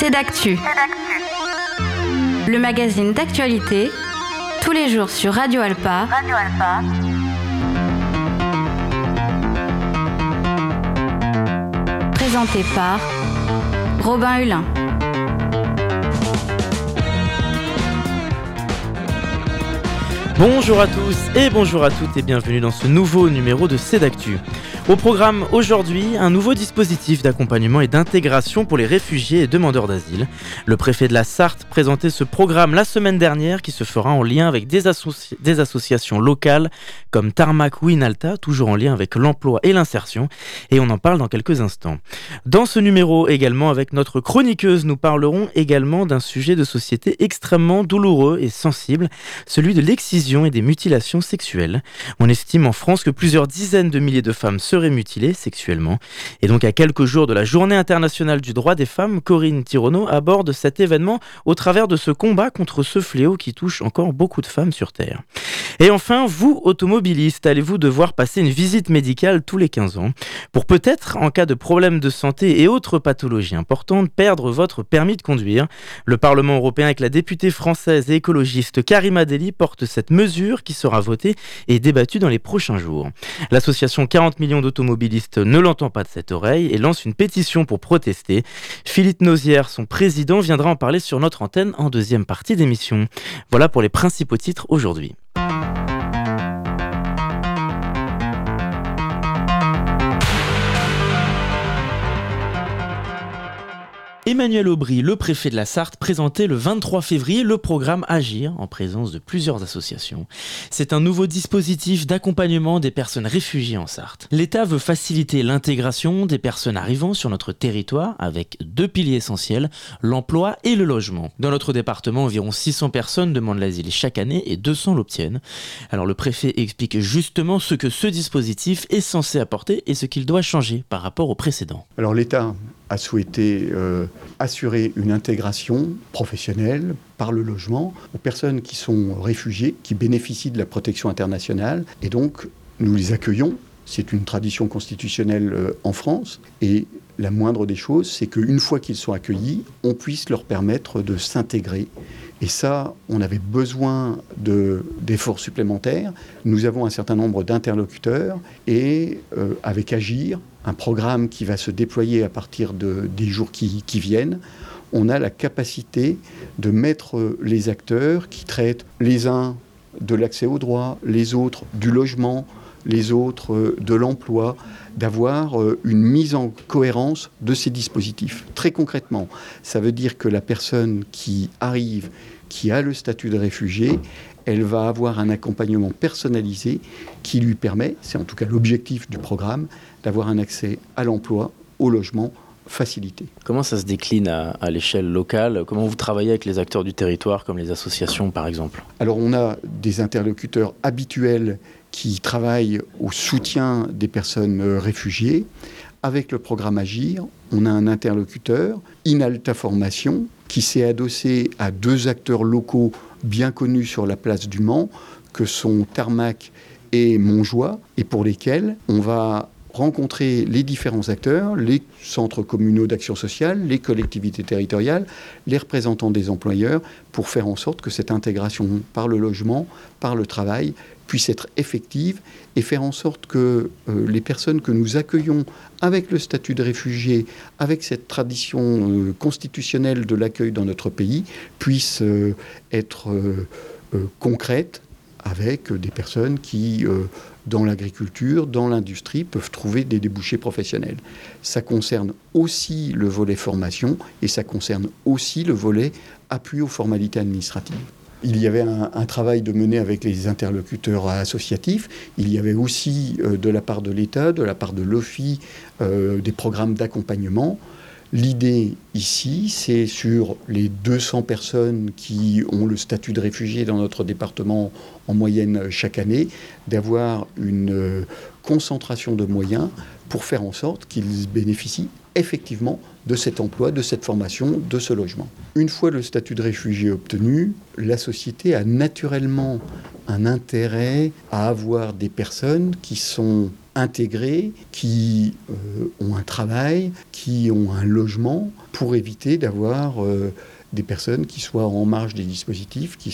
C'est d'actu. Le magazine d'actualité, tous les jours sur Radio Alpa. Présenté par Robin Hulin. Bonjour à tous et bonjour à toutes et bienvenue dans ce nouveau numéro de C'est d'actu. Au programme aujourd'hui, un nouveau dispositif d'accompagnement et d'intégration pour les réfugiés et demandeurs d'asile. Le préfet de la Sarthe présentait ce programme la semaine dernière qui se fera en lien avec des associations locales comme Tarmac ou Inalta, toujours en lien avec l'emploi et l'insertion, et on en parle dans quelques instants. Dans ce numéro également, avec notre chroniqueuse, nous parlerons également d'un sujet de société extrêmement douloureux et sensible, celui de l'excision et des mutilations sexuelles. On estime en France que plusieurs dizaines de milliers de femmes seraient mutilées sexuellement. Et donc à quelques jours de la Journée internationale du droit des femmes, Corinne Tirono aborde cet événement au travers de ce combat contre ce fléau qui touche encore beaucoup de femmes sur Terre. Et enfin, vous, automobilistes, allez-vous devoir passer une visite médicale tous les 15 ans pour peut-être, en cas de problème de santé et autres pathologies importantes, perdre votre permis de conduire. Le Parlement européen, avec la députée française et écologiste Karima Delli, porte cette mesure qui sera votée et débattue dans les prochains jours. L'association 40 millions d'automobilistes ne l'entend pas de cette oreille et lance une pétition pour protester. Philippe Nozière, son président, viendra en parler sur notre antenne en deuxième partie d'émission. Voilà pour les principaux titres aujourd'hui. Emmanuel Aubry, le préfet de la Sarthe, présentait le 23 février le programme Agir, en présence de plusieurs associations. C'est un nouveau dispositif d'accompagnement des personnes réfugiées en Sarthe. L'État veut faciliter l'intégration des personnes arrivant sur notre territoire avec deux piliers essentiels, l'emploi et le logement. Dans notre département, environ 600 personnes demandent l'asile chaque année et 200 l'obtiennent. Alors le préfet explique justement ce que ce dispositif est censé apporter et ce qu'il doit changer par rapport au précédent. Alors l'État a souhaité assurer une intégration professionnelle par le logement aux personnes qui sont réfugiées, qui bénéficient de la protection internationale. Et donc, nous les accueillons. C'est une tradition constitutionnelle en France. Et la moindre des choses, c'est qu'une fois qu'ils sont accueillis, on puisse leur permettre de s'intégrer. Et ça, on avait besoin d'efforts supplémentaires. Nous avons un certain nombre d'interlocuteurs et avec Agir, un programme qui va se déployer à partir des jours qui viennent, on a la capacité de mettre les acteurs qui traitent les uns de l'accès au droit, les autres du logement, les autres de l'emploi, d'avoir une mise en cohérence de ces dispositifs. Très concrètement, ça veut dire que la personne qui arrive, qui a le statut de réfugié, elle va avoir un accompagnement personnalisé qui lui permet, c'est en tout cas l'objectif du programme, d'avoir un accès à l'emploi, au logement facilité. Comment ça se décline à l'échelle locale ? Comment vous travaillez avec les acteurs du territoire, comme les associations par exemple ? Alors on a des interlocuteurs habituels qui travaillent au soutien des personnes réfugiées. Avec le programme Agir, on a un interlocuteur, Inalta Formation, qui s'est adossé à deux acteurs locaux bien connus sur la place du Mans, que sont Tarmac et Montjoie, et pour lesquels on va rencontrer les différents acteurs, les centres communaux d'action sociale, les collectivités territoriales, les représentants des employeurs, pour faire en sorte que cette intégration par le logement, par le travail, puisse être effective et faire en sorte que les personnes que nous accueillons avec le statut de réfugié, avec cette tradition constitutionnelle de l'accueil dans notre pays, puissent être concrètes avec des personnes qui, dans l'agriculture, dans l'industrie, peuvent trouver des débouchés professionnels. Ça concerne aussi le volet formation et ça concerne aussi le volet appui aux formalités administratives. Il y avait un travail de mener avec les interlocuteurs associatifs. Il y avait aussi, de la part de l'État, de la part de l'OFI, des programmes d'accompagnement. L'idée ici, c'est sur les 200 personnes qui ont le statut de réfugié dans notre département en moyenne chaque année, d'avoir une concentration de moyens pour faire en sorte qu'ils bénéficient effectivement de cet emploi, de cette formation, de ce logement. Une fois le statut de réfugié obtenu, la société a naturellement un intérêt à avoir des personnes qui sont intégrés, qui ont un travail, qui ont un logement, pour éviter d'avoir des personnes qui soient en marge des dispositifs, qui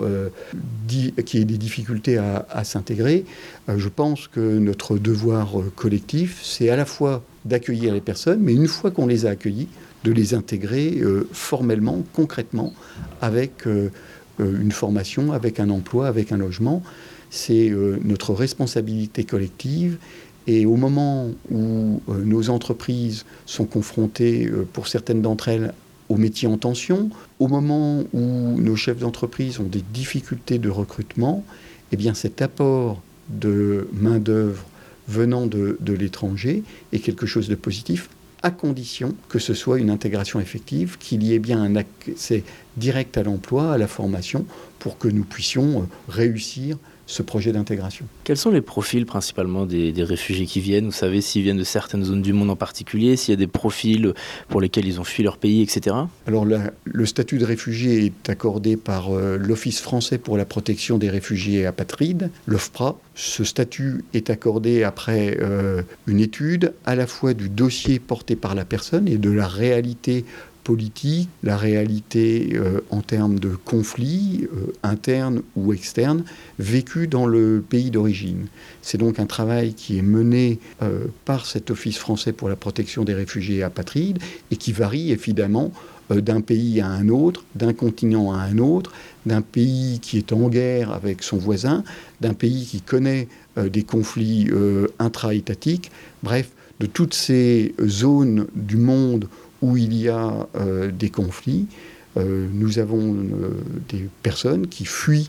aient des difficultés à s'intégrer. Je pense que notre devoir collectif, c'est à la fois d'accueillir les personnes, mais une fois qu'on les a accueillis, de les intégrer formellement, concrètement, avec une formation, avec un emploi, avec un logement. C'est notre responsabilité collective. Et au moment où nos entreprises sont confrontées, pour certaines d'entre elles, aux métiers en tension, au moment où nos chefs d'entreprise ont des difficultés de recrutement, eh bien cet apport de main-d'œuvre venant de l'étranger est quelque chose de positif, à condition que ce soit une intégration effective, qu'il y ait bien un accès direct à l'emploi, à la formation, pour que nous puissions réussir ce projet d'intégration. Quels sont les profils principalement des réfugiés qui viennent ? Vous savez s'ils viennent de certaines zones du monde en particulier, s'il y a des profils pour lesquels ils ont fui leur pays, etc. Alors le statut de réfugié est accordé par l'Office français pour la protection des réfugiés apatrides, l'OFPRA. Ce statut est accordé après une étude à la fois du dossier porté par la personne et de la réalité politique, la réalité en termes de conflits internes ou externes vécus dans le pays d'origine. C'est donc un travail qui est mené par cet Office français pour la protection des réfugiés apatrides et qui varie évidemment d'un pays à un autre, d'un continent à un autre, d'un pays qui est en guerre avec son voisin, d'un pays qui connaît des conflits intra-étatiques, bref, de toutes ces zones du monde où il y a des conflits. Nous avons des personnes qui fuient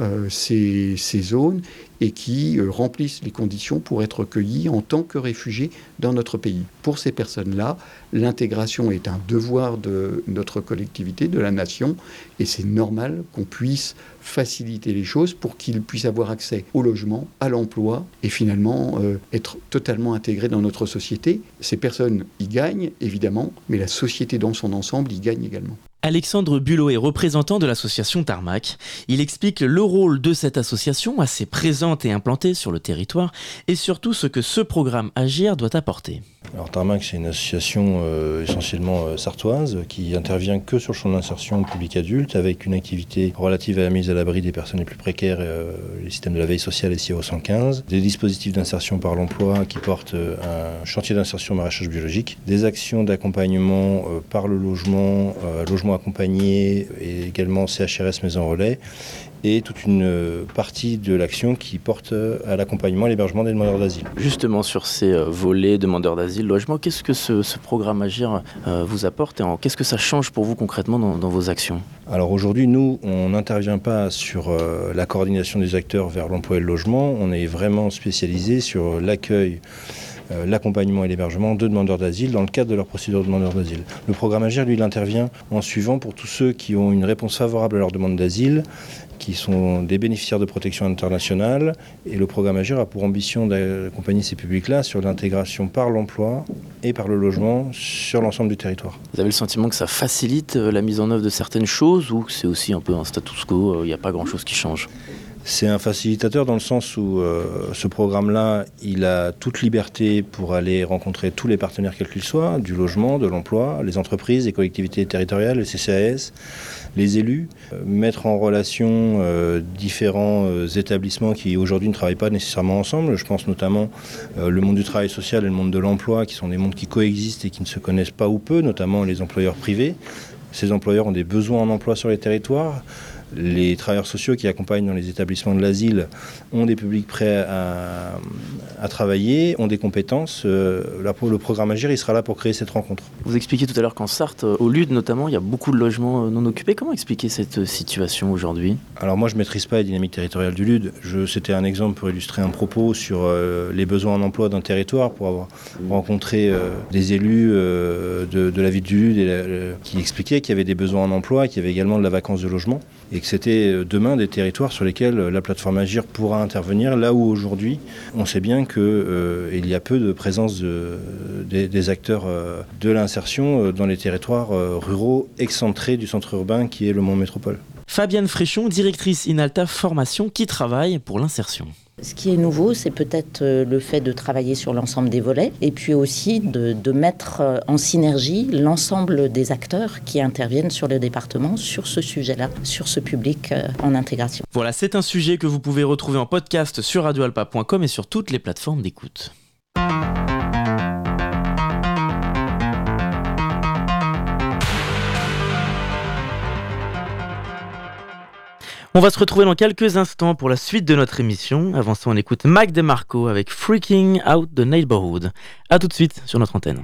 ces zones et qui remplissent les conditions pour être recueillies en tant que réfugiés dans notre pays. Pour ces personnes-là, l'intégration est un devoir de notre collectivité, de la nation, et c'est normal qu'on puisse faciliter les choses pour qu'ils puissent avoir accès au logement, à l'emploi, et finalement être totalement intégrés dans notre société. Ces personnes y gagnent, évidemment, mais la société dans son ensemble y gagne également. Alexandre Bulot est représentant de l'association Tarmac. Il explique le rôle de cette association, assez présente et implantée sur le territoire, et surtout ce que ce programme Agir doit apporter. Alors Tarmac, c'est une association essentiellement sartoise qui intervient que sur le champ d'insertion public adulte, avec une activité relative à la mise à l'abri des personnes les plus précaires, les systèmes de la veille sociale et CIO 115, des dispositifs d'insertion par l'emploi qui portent un chantier d'insertion maraîchage biologique, des actions d'accompagnement par le logement accompagné et également CHRS Maison Relais, et toute une partie de l'action qui porte à l'accompagnement et l'hébergement des demandeurs d'asile. Justement, sur ces volets demandeurs d'asile, logement, qu'est-ce que ce programme Agir vous apporte et qu'est-ce que ça change pour vous concrètement dans vos actions ? Alors aujourd'hui, nous, on n'intervient pas sur la coordination des acteurs vers l'emploi et le logement, on est vraiment spécialisé sur l'accueil, l'accompagnement et l'hébergement de demandeurs d'asile dans le cadre de leur procédure de demandeurs d'asile. Le programme Agir, lui, il intervient en suivant pour tous ceux qui ont une réponse favorable à leur demande d'asile, qui sont des bénéficiaires de protection internationale. Et le programme Agir a pour ambition d'accompagner ces publics-là sur l'intégration par l'emploi et par le logement sur l'ensemble du territoire. Vous avez le sentiment que ça facilite la mise en œuvre de certaines choses ou que c'est aussi un peu un status quo, il n'y a pas grand-chose qui change ? C'est un facilitateur dans le sens où ce programme-là, il a toute liberté pour aller rencontrer tous les partenaires quels qu'ils soient, du logement, de l'emploi, les entreprises, les collectivités territoriales, les CCAS, les élus, mettre en relation différents établissements qui aujourd'hui ne travaillent pas nécessairement ensemble. Je pense notamment le monde du travail social et le monde de l'emploi, qui sont des mondes qui coexistent et qui ne se connaissent pas ou peu, notamment les employeurs privés. Ces employeurs ont des besoins en emploi sur les territoires. Les travailleurs sociaux qui accompagnent dans les établissements de l'asile ont des publics prêts à travailler, ont des compétences. Le programme Agir, il sera là pour créer cette rencontre. Vous expliquiez tout à l'heure qu'en Sarthe, au LUD notamment, il y a beaucoup de logements non occupés. Comment expliquer cette situation aujourd'hui ? Alors moi, je ne maîtrise pas la dynamique territoriale du LUD. C'était un exemple pour illustrer un propos sur les besoins en emploi d'un territoire, pour avoir rencontré des élus de la ville du LUD qui expliquaient qu'il y avait des besoins en emploi, qu'il y avait également de la vacance de logement. Et que c'était demain des territoires sur lesquels la plateforme Agir pourra intervenir, là où aujourd'hui on sait bien qu'il y a peu de présence des acteurs de l'insertion dans les territoires ruraux excentrés du centre urbain qui est le Mont Métropole. Fabienne Fréchon, directrice Inalta Formation, qui travaille pour l'insertion. Ce qui est nouveau, c'est peut-être le fait de travailler sur l'ensemble des volets et puis aussi de mettre en synergie l'ensemble des acteurs qui interviennent sur le département, sur ce sujet-là, sur ce public en intégration. Voilà, c'est un sujet que vous pouvez retrouver en podcast sur radioalpa.com et sur toutes les plateformes d'écoute. On va se retrouver dans quelques instants pour la suite de notre émission. Avant ça, on écoute Mac DeMarco avec Freaking Out the Neighborhood. A tout de suite sur notre antenne.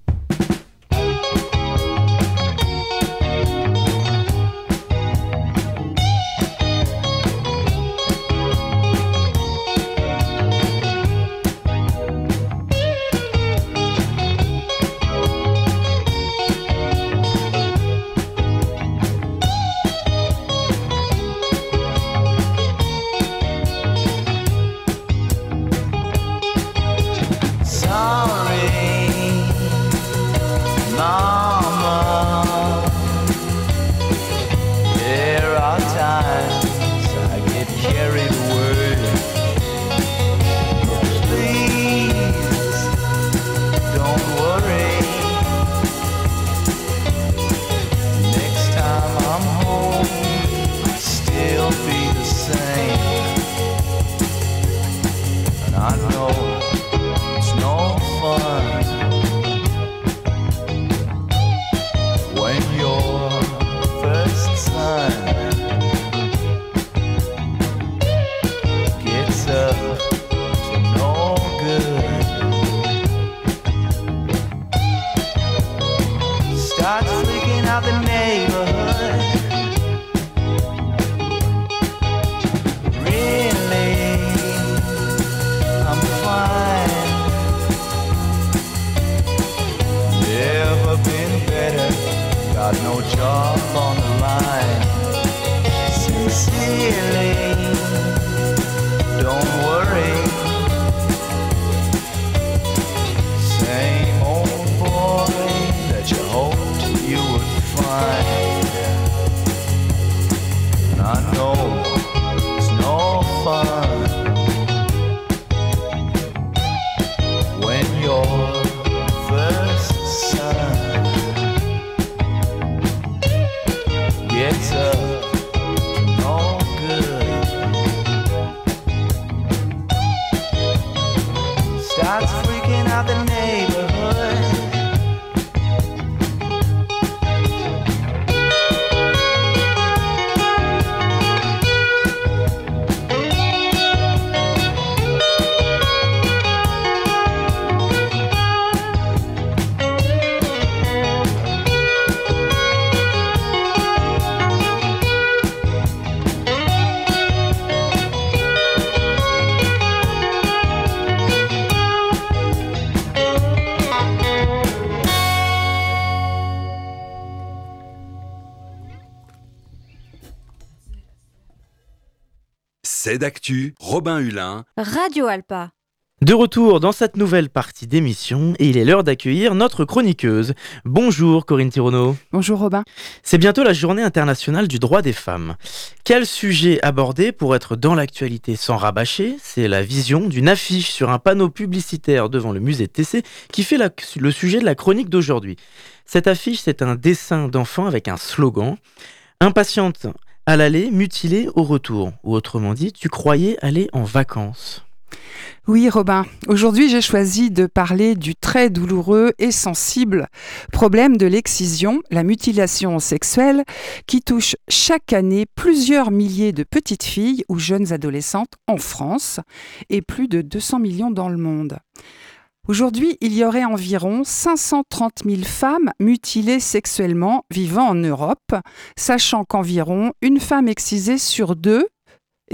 C'est d'actu, Robin Hulin, Radio Alpa. De retour dans cette nouvelle partie d'émission et il est l'heure d'accueillir notre chroniqueuse. Bonjour Corinne Thironneau. Bonjour Robin. C'est bientôt la journée internationale du droit des femmes. Quel sujet aborder pour être dans l'actualité sans rabâcher ? C'est la vision d'une affiche sur un panneau publicitaire devant le musée de Tessé qui fait le sujet de la chronique d'aujourd'hui. Cette affiche, c'est un dessin d'enfant avec un slogan « Impatiente à l'aller, mutilée au retour ». Ou autrement dit, tu croyais aller en vacances. Oui Robin, aujourd'hui j'ai choisi de parler du très douloureux et sensible problème de l'excision, la mutilation sexuelle, qui touche chaque année plusieurs milliers de petites filles ou jeunes adolescentes en France et plus de 200 millions dans le monde. Aujourd'hui, il y aurait environ 530 000 femmes mutilées sexuellement vivant en Europe, sachant qu'environ une femme excisée sur deux, et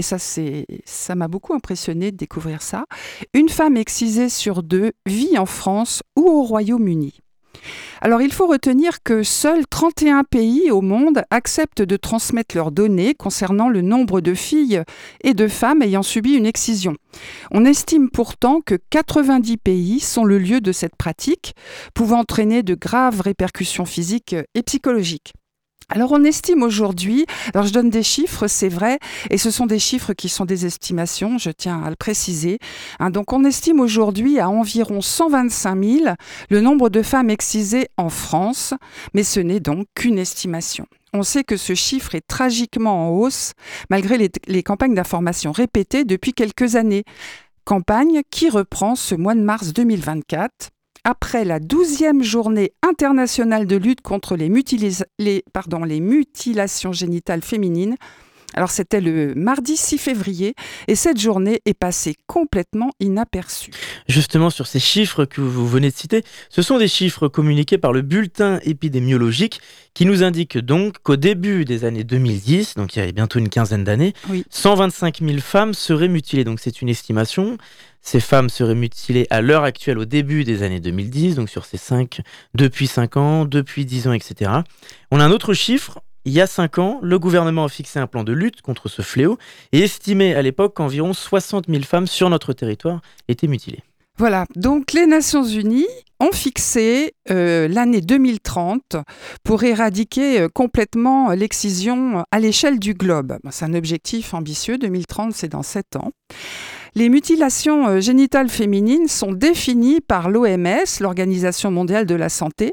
ça m'a beaucoup impressionné de découvrir ça, une femme excisée sur deux vit en France ou au Royaume-Uni. Alors il faut retenir que seuls 31 pays au monde acceptent de transmettre leurs données concernant le nombre de filles et de femmes ayant subi une excision. On estime pourtant que 90 pays sont le lieu de cette pratique, pouvant entraîner de graves répercussions physiques et psychologiques. Alors on estime aujourd'hui, alors je donne des chiffres, c'est vrai, et ce sont des chiffres qui sont des estimations, je tiens à le préciser. Donc on estime aujourd'hui à environ 125 000 le nombre de femmes excisées en France, mais ce n'est donc qu'une estimation. On sait que ce chiffre est tragiquement en hausse, malgré les campagnes d'information répétées depuis quelques années. Campagne qui reprend ce mois de mars 2024. Après la 12e journée internationale de lutte contre les mutilations génitales féminines. Alors c'était le mardi 6 février et cette journée est passée complètement inaperçue. Justement, sur ces chiffres que vous venez de citer, ce sont des chiffres communiqués par le bulletin épidémiologique qui nous indiquent donc qu'au début des années 2010, donc il y a bientôt une quinzaine d'années, 125 000 femmes seraient mutilées. Donc c'est une estimation. Ces femmes seraient mutilées à l'heure actuelle au début des années 2010, donc sur depuis 5 ans, depuis 10 ans, etc. On a un autre chiffre. Il y a 5 ans, le gouvernement a fixé un plan de lutte contre ce fléau et estimait à l'époque qu'environ 60 000 femmes sur notre territoire étaient mutilées. Voilà, donc les Nations Unies ont fixé l'année 2030 pour éradiquer complètement l'excision à l'échelle du globe. C'est un objectif ambitieux, 2030 c'est dans 7 ans. Les mutilations génitales féminines sont définies par l'OMS, l'Organisation mondiale de la santé,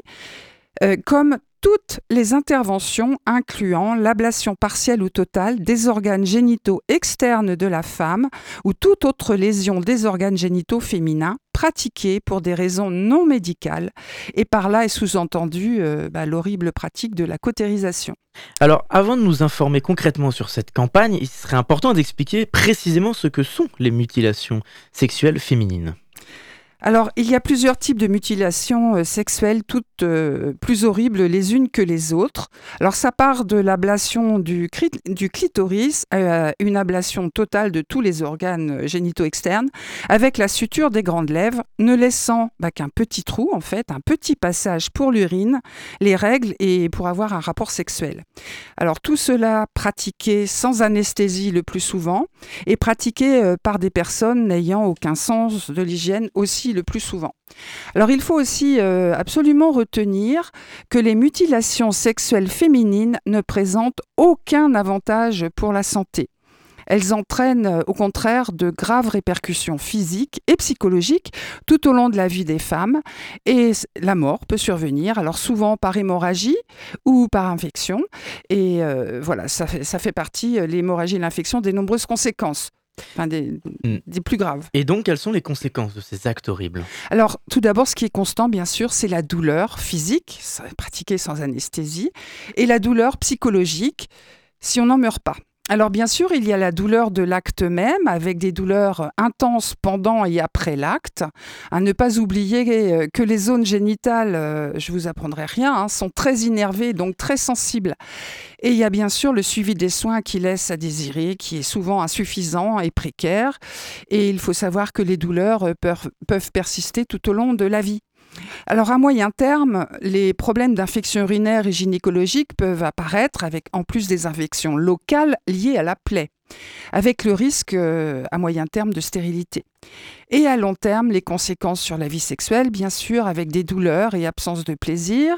comme toutes les interventions incluant l'ablation partielle ou totale des organes génitaux externes de la femme ou toute autre lésion des organes génitaux féminins pratiquée pour des raisons non médicales. Et par là est sous-entendu l'horrible pratique de la cautérisation. Alors, avant de nous informer concrètement sur cette campagne, il serait important d'expliquer précisément ce que sont les mutilations sexuelles féminines. Alors, il y a plusieurs types de mutilations sexuelles, toutes plus horribles les unes que les autres. Alors, ça part de l'ablation du clitoris à une ablation totale de tous les organes génitaux externes, avec la suture des grandes lèvres, ne laissant qu'un petit trou, en fait, un petit passage pour l'urine, les règles et pour avoir un rapport sexuel. Alors, tout cela pratiqué sans anesthésie le plus souvent et pratiqué par des personnes n'ayant aucun sens de l'hygiène aussi le plus souvent. Alors il faut aussi absolument retenir que les mutilations sexuelles féminines ne présentent aucun avantage pour la santé. Elles entraînent au contraire de graves répercussions physiques et psychologiques tout au long de la vie des femmes et la mort peut survenir, alors souvent par hémorragie ou par infection. Et voilà, ça fait partie, l'hémorragie et l'infection, des nombreuses conséquences. Enfin, des plus graves. Et donc, quelles sont les conséquences de ces actes horribles ? Alors, tout d'abord, ce qui est constant, bien sûr, c'est la douleur physique, pratiquée sans anesthésie, et la douleur psychologique, si on n'en meurt pas. Alors bien sûr, il y a la douleur de l'acte même, avec des douleurs intenses pendant et après l'acte. À ne pas oublier que les zones génitales, je ne vous apprendrai rien, sont très innervées, donc très sensibles. Et il y a bien sûr le suivi des soins qui laisse à désirer, qui est souvent insuffisant et précaire. Et il faut savoir que les douleurs peuvent persister tout au long de la vie. Alors à moyen terme, les problèmes d'infection urinaire et gynécologique peuvent apparaître en plus des infections locales liées à la plaie, avec le risque à moyen terme de stérilité. Et à long terme, les conséquences sur la vie sexuelle, bien sûr, avec des douleurs et absence de plaisir.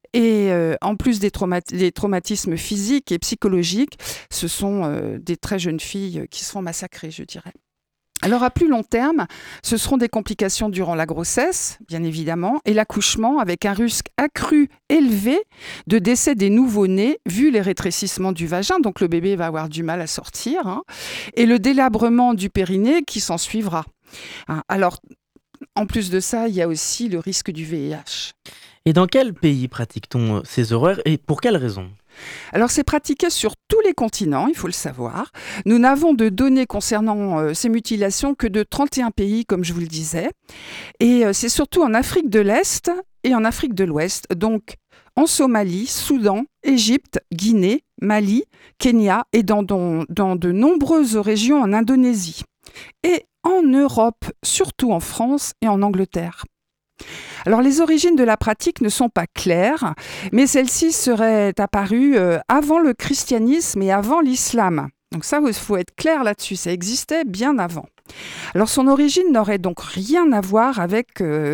Et en plus des traumatismes physiques et psychologiques, ce sont des très jeunes filles qui seront massacrées, je dirais. Alors à plus long terme, ce seront des complications durant la grossesse, bien évidemment, et l'accouchement avec un risque accru élevé de décès des nouveau-nés, vu les rétrécissements du vagin, donc le bébé va avoir du mal à sortir, et le délabrement du périnée qui s'en suivra. Alors, en plus de ça, il y a aussi le risque du VIH. Et dans quel pays pratique-t-on ces horreurs et pour quelles raisons ? Alors, c'est pratiqué sur tous les continents, il faut le savoir. Nous n'avons de données concernant ces mutilations que de 31 pays, comme je vous le disais. Et c'est surtout en Afrique de l'Est et en Afrique de l'Ouest, donc en Somalie, Soudan, Égypte, Guinée, Mali, Kenya et dans de nombreuses régions en Indonésie. Et en Europe, surtout en France et en Angleterre. Alors, les origines de la pratique ne sont pas claires, mais celle-ci serait apparue avant le christianisme et avant l'islam. Donc ça, il faut être clair là-dessus, ça existait bien avant. Alors son origine n'aurait donc rien à voir avec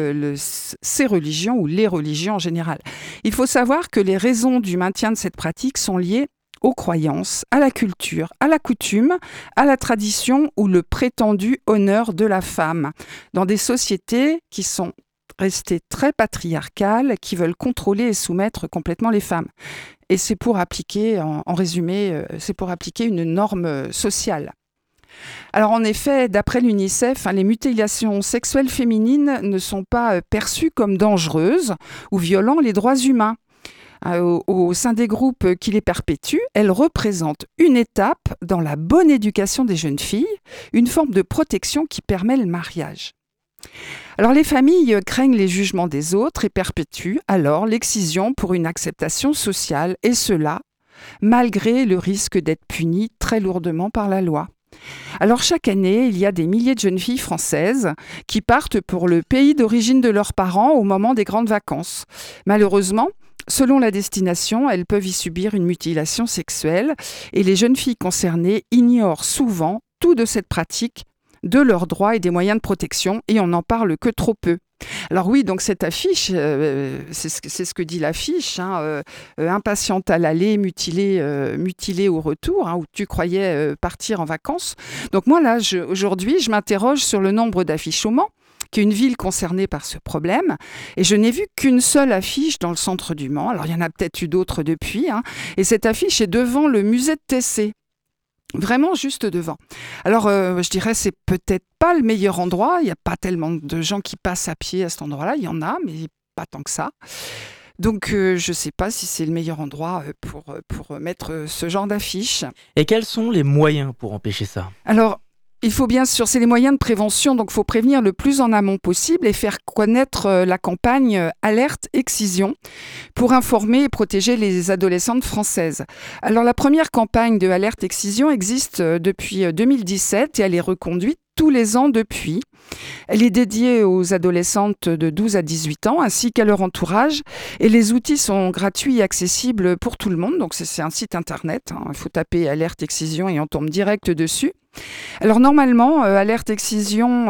ces religions ou les religions en général. Il faut savoir que les raisons du maintien de cette pratique sont liées aux croyances, à la culture, à la coutume, à la tradition ou le prétendu honneur de la femme, dans des sociétés qui sont restées très patriarcales, qui veulent contrôler et soumettre complètement les femmes. Et c'est pour appliquer, en résumé, c'est pour appliquer une norme sociale. Alors en effet, d'après l'UNICEF, les mutilations sexuelles féminines ne sont pas perçues comme dangereuses ou violant les droits humains. Au sein des groupes qui les perpétuent, elles représentent une étape dans la bonne éducation des jeunes filles, une forme de protection qui permet le mariage. Alors les familles craignent les jugements des autres et perpétuent alors l'excision pour une acceptation sociale, et cela malgré le risque d'être punies très lourdement par la loi. Alors chaque année, il y a des milliers de jeunes filles françaises qui partent pour le pays d'origine de leurs parents au moment des grandes vacances. Malheureusement, selon la destination, elles peuvent y subir une mutilation sexuelle et les jeunes filles concernées ignorent souvent tout de cette pratique, de leurs droits et des moyens de protection, et on n'en parle que trop peu. Alors oui, donc cette affiche, c'est ce que dit l'affiche, impatiente à l'aller, mutilée au retour, où tu croyais partir en vacances. Donc moi là, aujourd'hui, je m'interroge sur le nombre d'affiches au Mans, qui est une ville concernée par ce problème, et je n'ai vu qu'une seule affiche dans le centre du Mans. Alors il y en a peut-être eu d'autres depuis, et cette affiche est devant le musée de Tessé. Vraiment juste devant. Alors, je dirais, c'est peut-être pas le meilleur endroit. Il n'y a pas tellement de gens qui passent à pied à cet endroit-là. Il y en a, mais pas tant que ça. Donc, je ne sais pas si c'est le meilleur endroit pour mettre ce genre d'affiche. Et quels sont les moyens pour empêcher ça ? Alors, il faut bien sûr, c'est les moyens de prévention, donc il faut prévenir le plus en amont possible et faire connaître la campagne Alerte Excision pour informer et protéger les adolescentes françaises. Alors la première campagne de Alerte Excision existe depuis 2017 et elle est reconduite tous les ans depuis. Elle est dédiée aux adolescentes de 12 à 18 ans ainsi qu'à leur entourage et les outils sont gratuits et accessibles pour tout le monde. Donc c'est un site internet, il faut taper Alerte Excision et on tombe direct dessus. Alors normalement, Alerte Excision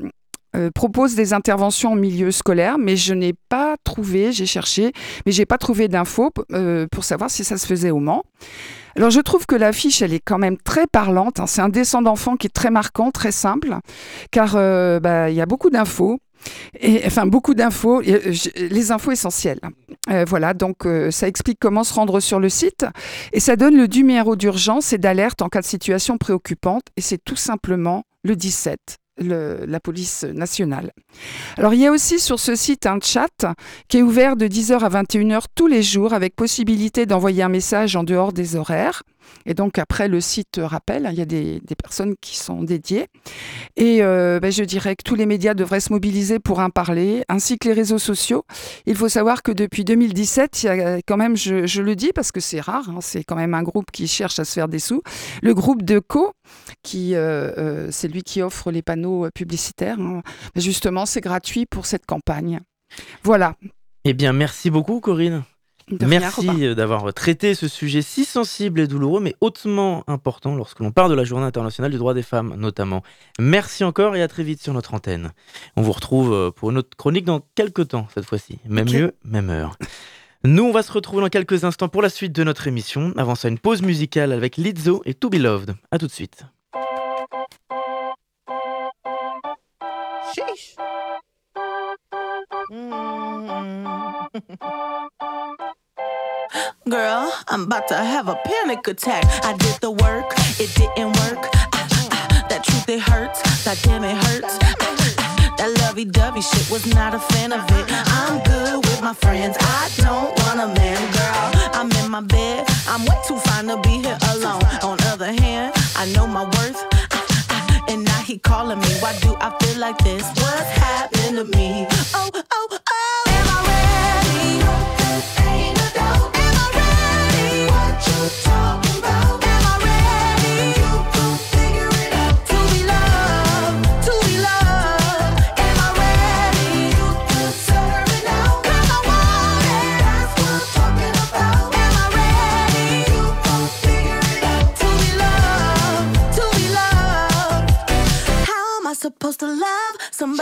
propose des interventions en milieu scolaire, mais je n'ai pas trouvé, j'ai cherché, mais j'ai pas trouvé d'infos pour savoir si ça se faisait au Mans. Alors je trouve que l'affiche, elle est quand même très parlante, c'est un dessin d'enfant qui est très marquant, très simple, car il y a beaucoup d'infos. Beaucoup d'infos, les infos essentielles. Voilà, donc ça explique comment se rendre sur le site et ça donne le numéro d'urgence et d'alerte en cas de situation préoccupante et c'est tout simplement le 17. La police nationale. Alors, il y a aussi sur ce site un chat qui est ouvert de 10h à 21h tous les jours avec possibilité d'envoyer un message en dehors des horaires. Et donc, après, le site rappelle, il y a des personnes qui sont dédiées. Et je dirais que tous les médias devraient se mobiliser pour en parler, ainsi que les réseaux sociaux. Il faut savoir que depuis 2017, il y a quand même, je le dis parce que c'est rare, c'est quand même un groupe qui cherche à se faire des sous, le groupe Deco, qui c'est lui qui offre les panneaux publicitaires. Justement, c'est gratuit pour cette campagne. Voilà. Eh bien, merci beaucoup, Corinne. Merci d'avoir traité ce sujet si sensible et douloureux, mais hautement important lorsque l'on parle de la Journée internationale du droit des femmes, notamment. Merci encore et à très vite sur notre antenne. On vous retrouve pour une autre chronique dans quelques temps, cette fois-ci. Même lieu, même heure. Nous, on va se retrouver dans quelques instants pour la suite de notre émission. Avant ça, une pause musicale avec Lizzo et To Be Loved. À tout de suite. Sheesh. Girl, I'm about to have a panic attack. I did the work, it didn't work. That truth, it hurts. That damn, it hurts. That lovey-dovey shit, was not a fan of it. I'm good with my friends, I don't want a man, girl. I'm in my bed, I'm way too fine to be here alone. On the other hand, I know my worth. And now he calling me, why do I feel like this? What's happened to me? Oh, oh, oh. Am I ready? Ain't no doubt. Am I ready? What you talking about? Am I ready? You gon' figure it out. To be loved, to be loved. Am I ready? You deserve it now. 'Cause I want it. That's what I'm talking about. Am I ready? You gon' figure it out. To be loved, to be loved. How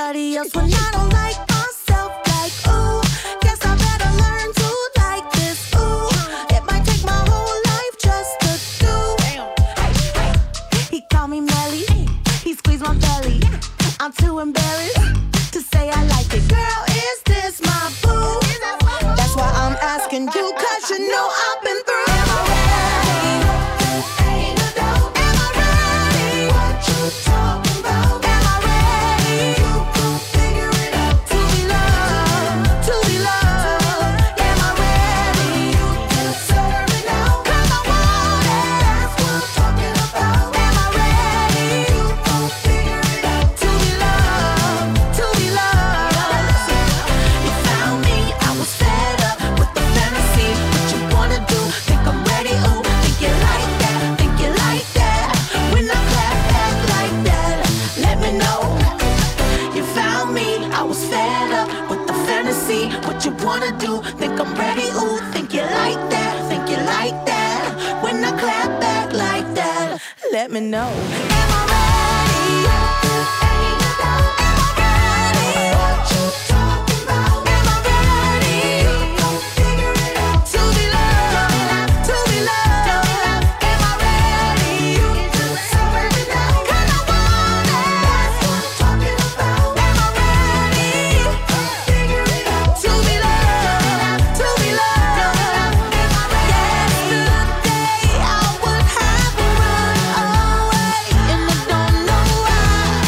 everybody else when I don't like myself. Like, ooh, guess I better learn to like this. Ooh, it might take my whole life just to do. He called me Melly, he squeezed my belly. I'm too embarrassed to say I like it. Girl, is this my boo? That's why I'm asking you, 'cause you know I've been through. Am I ready? Am I ready? What you talking about? Am I ready? You gon' figure it out. To be loved, to be loved. Am I ready? You deserve it now. 'Cause I want it. That's what I'm talking about. Am I ready? You gon' figure it out. To be loved, to be loved. You found me, I was fed up with the fantasy. What you wanna do? Think I'm ready? Ooh, think you like that? Think you like that? When I clap back like that, let me know. You found me, I was fed up with the fantasy. What you wanna do? Think I'm ready? Ooh, think you like that? Think you like that? When I clap back like that, let me know. Am I ready? Am I ready? What you talking about? Am I ready? You gon' figure it out. To be loved, to be loved. Am I ready? You deserve it now. 'Cause I want it. That's what I'm talking about. Am I ready? You gon' figure it out. To be loved, to be loved. Am I ready? Yesterday I would have run away, and I don't know why.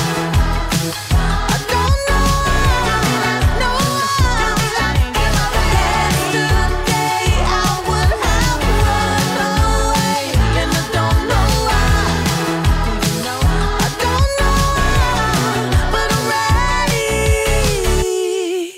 I don't know why. No why. Am I ready? Yesterday I would have run away, and I don't know why. I don't know why, but I'm ready.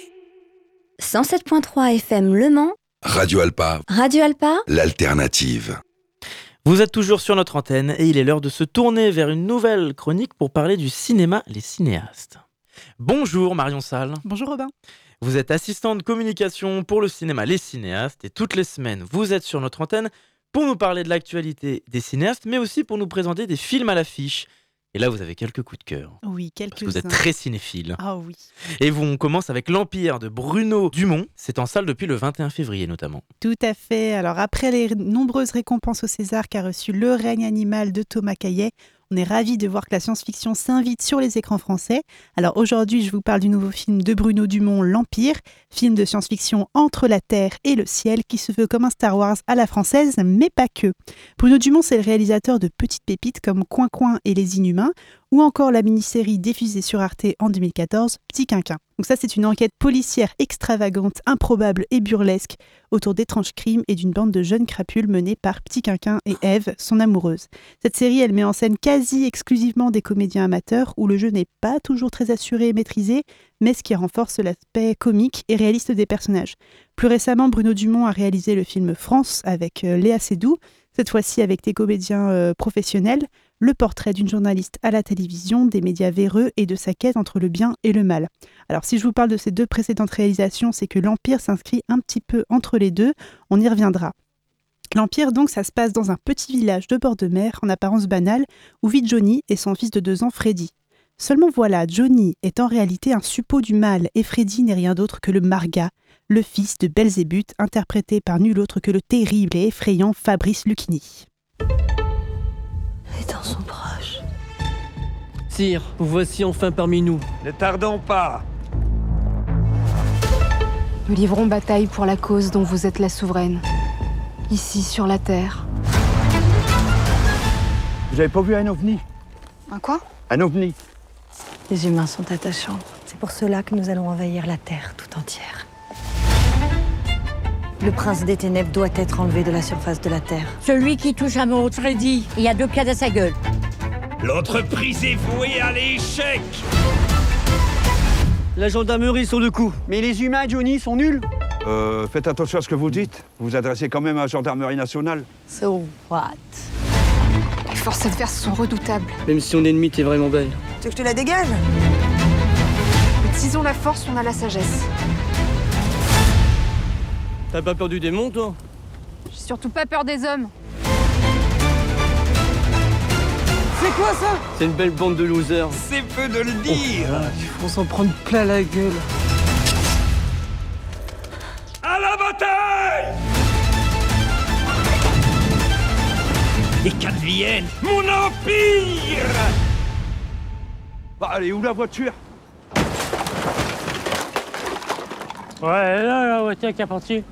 107.3 FM Le Mans, Radio Alpa, Radio Alpa, l'alternative. Vous êtes toujours sur notre antenne et il est l'heure de se tourner vers une nouvelle chronique pour parler du cinéma, les cinéastes. Bonjour Marion Salle. Bonjour Robin. Vous êtes assistante de communication pour le cinéma Les Cinéastes et toutes les semaines, vous êtes sur notre antenne pour nous parler de l'actualité des cinéastes, mais aussi pour nous présenter des films à l'affiche. Et là, vous avez quelques coups de cœur. Oui, Parce quelques-uns. que vous êtes très cinéphile. Ah oui. Et on commence avec L'Empire de Bruno Dumont. C'est en salle depuis le 21 février notamment. Tout à fait. Alors après les nombreuses récompenses au César qu'a reçu Le règne animal de Thomas Caillet, on est ravis de voir que la science-fiction s'invite sur les écrans français. Alors aujourd'hui, je vous parle du nouveau film de Bruno Dumont, L'Empire, film de science-fiction entre la Terre et le ciel qui se veut comme un Star Wars à la française, mais pas que. Bruno Dumont, c'est le réalisateur de petites pépites comme Coin Coin et Les Inhumains, ou encore la mini-série diffusée sur Arte en 2014, Petit Quinquin. Donc ça, c'est une enquête policière extravagante, improbable et burlesque autour d'étranges crimes et d'une bande de jeunes crapules menée par Petit Quinquin et Ève, son amoureuse. Cette série, elle met en scène quasi exclusivement des comédiens amateurs où le jeu n'est pas toujours très assuré et maîtrisé, mais ce qui renforce l'aspect comique et réaliste des personnages. Plus récemment, Bruno Dumont a réalisé le film France avec Léa Seydoux, cette fois-ci avec des comédiens professionnels, le portrait d'une journaliste à la télévision, des médias véreux et de sa quête entre le bien et le mal. Alors si je vous parle de ces deux précédentes réalisations, c'est que l'Empire s'inscrit un petit peu entre les deux, on y reviendra. L'Empire donc, ça se passe dans un petit village de bord de mer, en apparence banal, où vit Johnny et son fils de 2 ans, Freddy. Seulement voilà, Johnny est en réalité un suppôt du mal et Freddy n'est rien d'autre que le Marga, le fils de Belzébuth, interprété par nul autre que le terrible et effrayant Fabrice Lucchini. Les temps sont proches. Sire, vous voici enfin parmi nous. Ne tardons pas. Nous livrons bataille pour la cause dont vous êtes la souveraine. Ici, sur la Terre. Vous avez pas vu un ovni? Un quoi? Un ovni. Les humains sont attachants. C'est pour cela que nous allons envahir la Terre tout entière. Le prince des ténèbres doit être enlevé de la surface de la Terre. Celui qui touche à mon Freddy, il y a 2 pieds à sa gueule. L'entreprise est vouée à l'échec. La gendarmerie sur le coup. Mais les humains, Johnny, sont nuls. Faites attention à ce que vous dites. Vous vous adressez quand même à la gendarmerie nationale. So what? Les forces adverses sont redoutables. Même si on est ennemi, t'es vraiment belle. Tu veux que je te la dégage? Utilisons la force, on a la sagesse. T'as pas peur du démon, toi? J'ai surtout pas peur des hommes. C'est quoi ça? C'est une belle bande de losers. C'est peu de le dire. On s'en prend plein la gueule. À la bataille! Et qu'advienne mon empire! Bah, allez, où la voiture? Ouais, là, la voiture qui est partie.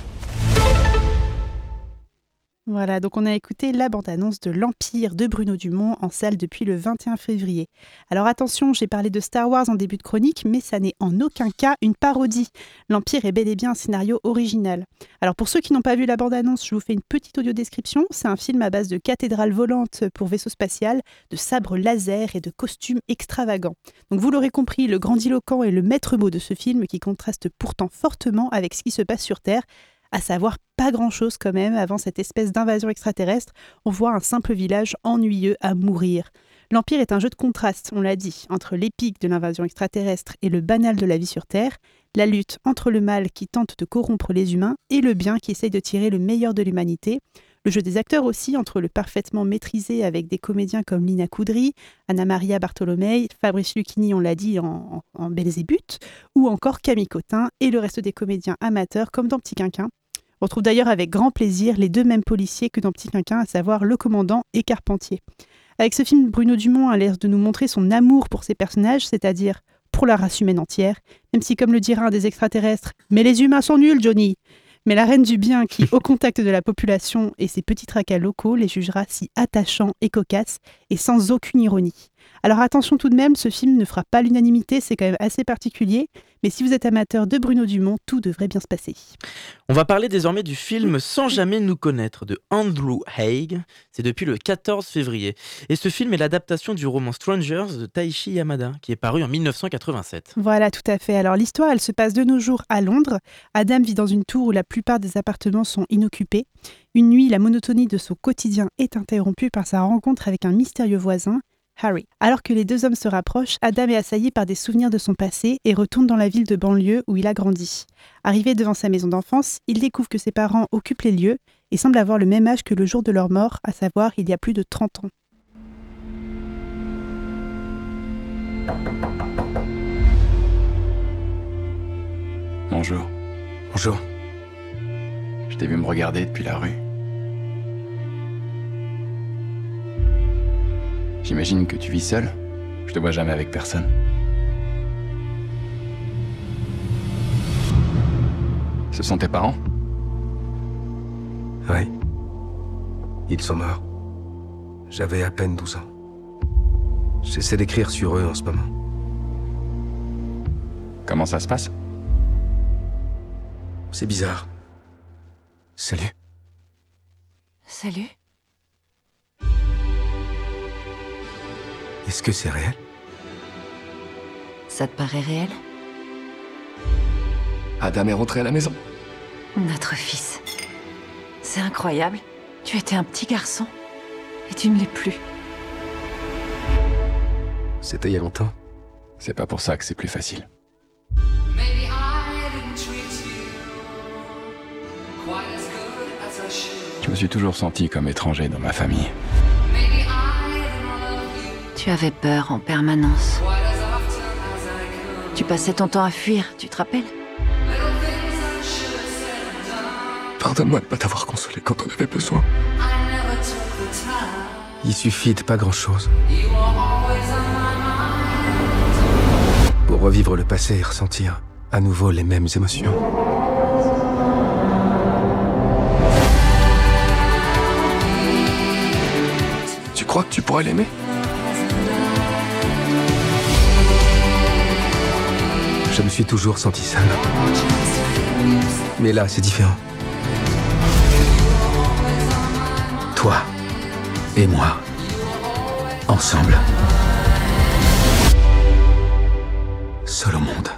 Voilà, donc on a écouté la bande-annonce de l'Empire de Bruno Dumont en salle depuis le 21 février. Alors attention, j'ai parlé de Star Wars en début de chronique, mais ça n'est en aucun cas une parodie. L'Empire est bel et bien un scénario original. Alors pour ceux qui n'ont pas vu la bande-annonce, je vous fais une petite audio-description. C'est un film à base de cathédrales volantes pour vaisseaux spatial, de sabres laser et de costumes extravagants. Donc vous l'aurez compris, le grandiloquent est le maître mot de ce film qui contraste pourtant fortement avec ce qui se passe sur Terre, à savoir pas grand-chose quand même avant cette espèce d'invasion extraterrestre. On voit un simple village ennuyeux à mourir. L'Empire est un jeu de contraste, on l'a dit, entre l'épique de l'invasion extraterrestre et le banal de la vie sur Terre, la lutte entre le mal qui tente de corrompre les humains et le bien qui essaye de tirer le meilleur de l'humanité. Le jeu des acteurs aussi, entre le parfaitement maîtrisé avec des comédiens comme Lina Coudry, Anna Maria Bartolomei, Fabrice Lucchini, on l'a dit, en Belzébuth, ou encore Camille Cotin et le reste des comédiens amateurs comme dans Petit Quinquin. On retrouve d'ailleurs avec grand plaisir les deux mêmes policiers que dans Petit Quinquin, à savoir le commandant et Carpentier. Avec ce film, Bruno Dumont a l'air de nous montrer son amour pour ses personnages, c'est-à-dire pour la race humaine entière, même si, comme le dira un des extraterrestres, « Mais les humains sont nuls, Johnny !» Mais la reine du bien qui, au contact de la population et ses petits tracas locaux, les jugera si attachants et cocasses et sans aucune ironie. Alors attention tout de même, ce film ne fera pas l'unanimité, c'est quand même assez particulier, mais si vous êtes amateur de Bruno Dumont, tout devrait bien se passer. On va parler désormais du film Sans jamais nous connaître de Andrew Haigh. C'est depuis le 14 février. Et ce film est l'adaptation du roman Strangers de Taishi Yamada, qui est paru en 1987. Voilà, tout à fait. Alors l'histoire, elle se passe de nos jours à Londres. Adam vit dans une tour où la plupart des appartements sont inoccupés. Une nuit, la monotonie de son quotidien est interrompue par sa rencontre avec un mystérieux voisin, Harry. Alors que les deux hommes se rapprochent, Adam est assailli par des souvenirs de son passé et retourne dans la ville de banlieue où il a grandi. Arrivé devant sa maison d'enfance, il découvre que ses parents occupent les lieux et semblent avoir le même âge que le jour de leur mort, à savoir il y a plus de 30 ans. Bonjour. Bonjour. Je t'ai vu me regarder depuis la rue. J'imagine que tu vis seul. Je te vois jamais avec personne. Ce sont tes parents? Oui. Ils sont morts. J'avais à peine 12 ans. J'essaie d'écrire sur eux en ce moment. Comment ça se passe? C'est bizarre. Salut. Salut. Est-ce que c'est réel? Ça te paraît réel? Adam est rentré à la maison. Notre fils. C'est incroyable. Tu étais un petit garçon. Et tu ne l'es plus. C'était il y a longtemps. C'est pas pour ça que c'est plus facile. Je me suis toujours senti comme étranger dans ma famille. Tu avais peur en permanence. Tu passais ton temps à fuir, tu te rappelles? Pardonne-moi de pas t'avoir consolé quand on avait besoin. Il suffit de pas grand-chose pour revivre le passé et ressentir à nouveau les mêmes émotions. Tu crois que tu pourrais l'aimer? Je me suis toujours senti seul. Mais là, c'est différent. Toi et moi, ensemble. Seul au monde.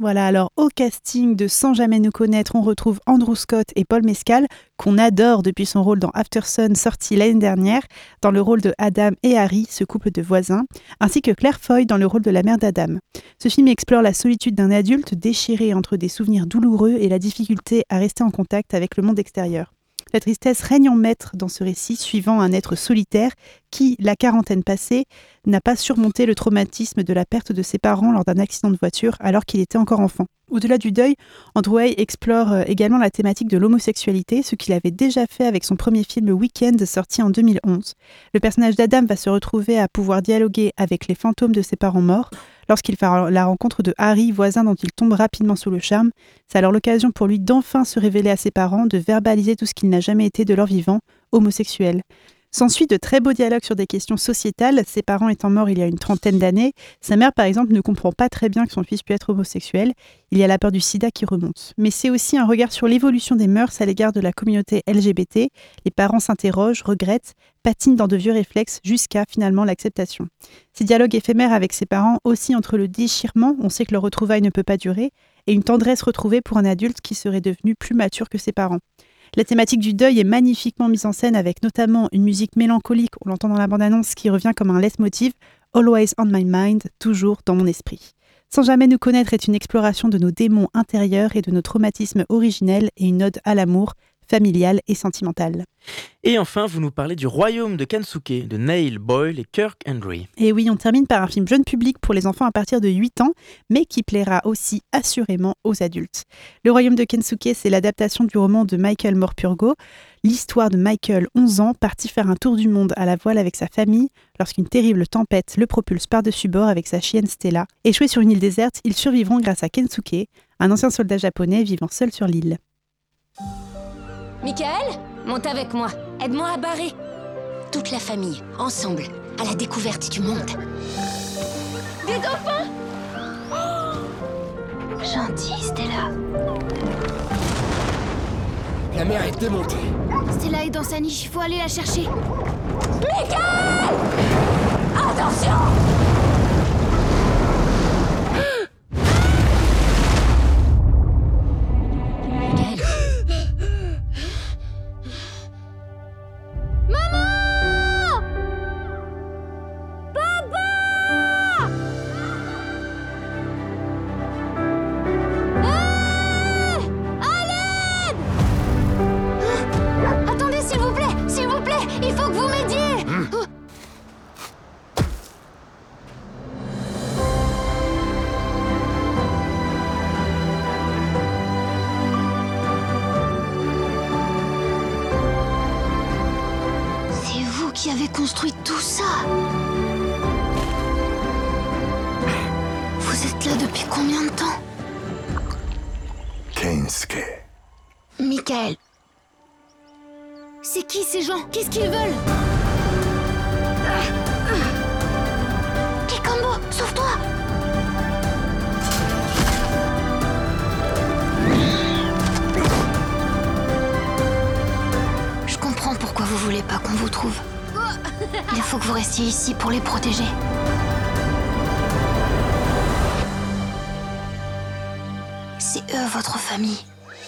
Voilà, alors au casting de Sans jamais nous connaître, on retrouve Andrew Scott et Paul Mescal, qu'on adore depuis son rôle dans After Sun, sorti l'année dernière, dans le rôle de Adam et Harry, ce couple de voisins, ainsi que Claire Foy dans le rôle de la mère d'Adam. Ce film explore la solitude d'un adulte déchiré entre des souvenirs douloureux et la difficulté à rester en contact avec le monde extérieur. La tristesse règne en maître dans ce récit, suivant un être solitaire qui, la quarantaine passée, n'a pas surmonté le traumatisme de la perte de ses parents lors d'un accident de voiture alors qu'il était encore enfant. Au-delà du deuil, Andrew Hay explore également la thématique de l'homosexualité, ce qu'il avait déjà fait avec son premier film Weekend, sorti en 2011. Le personnage d'Adam va se retrouver à pouvoir dialoguer avec les fantômes de ses parents morts lorsqu'il fait la rencontre de Harry, voisin dont il tombe rapidement sous le charme. C'est alors l'occasion pour lui d'enfin se révéler à ses parents, de verbaliser tout ce qu'il n'a jamais été de leur vivant, homosexuel. S'ensuit de très beaux dialogues sur des questions sociétales, ses parents étant morts il y a une trentaine d'années. Sa mère, par exemple, ne comprend pas très bien que son fils puisse être homosexuel. Il y a la peur du sida qui remonte. Mais c'est aussi un regard sur l'évolution des mœurs à l'égard de la communauté LGBT. Les parents s'interrogent, regrettent, patinent dans de vieux réflexes jusqu'à finalement l'acceptation. Ces dialogues éphémères avec ses parents aussi entre le déchirement, on sait que leur retrouvaille ne peut pas durer, et une tendresse retrouvée pour un adulte qui serait devenu plus mature que ses parents. La thématique du deuil est magnifiquement mise en scène avec notamment une musique mélancolique, on l'entend dans la bande-annonce, qui revient comme un leitmotiv, « Always on my mind », toujours dans mon esprit. Sans jamais nous connaître est une exploration de nos démons intérieurs et de nos traumatismes originels et une ode à l'amour, familial et sentimental. Et enfin, vous nous parlez du Royaume de Kensuke de Neil Boyle et Kirk Henry. Et oui, on termine par un film jeune public pour les enfants à partir de 8 ans, mais qui plaira aussi assurément aux adultes. Le Royaume de Kensuke, c'est l'adaptation du roman de Michael Morpurgo, l'histoire de Michael, 11 ans, parti faire un tour du monde à la voile avec sa famille, lorsqu'une terrible tempête le propulse par-dessus bord avec sa chienne Stella. Échoués sur une île déserte, ils survivront grâce à Kensuke, un ancien soldat japonais vivant seul sur l'île. Michael, monte avec moi. Aide-moi à barrer. Toute la famille, ensemble, à la découverte du monde. Des dauphins! Oh, gentil, Stella. La mer est démontée. Stella est dans sa niche, il faut aller la chercher. Michael! Attention! Qui avait construit tout ça? Vous êtes là depuis combien de temps? Kensuke. Michael. C'est qui ces gens? Qu'est-ce qu'ils veulent? Kikambo, sauve-toi! Je comprends pourquoi vous voulez pas qu'on vous trouve. Il faut que vous restiez ici pour les protéger. C'est eux, votre famille.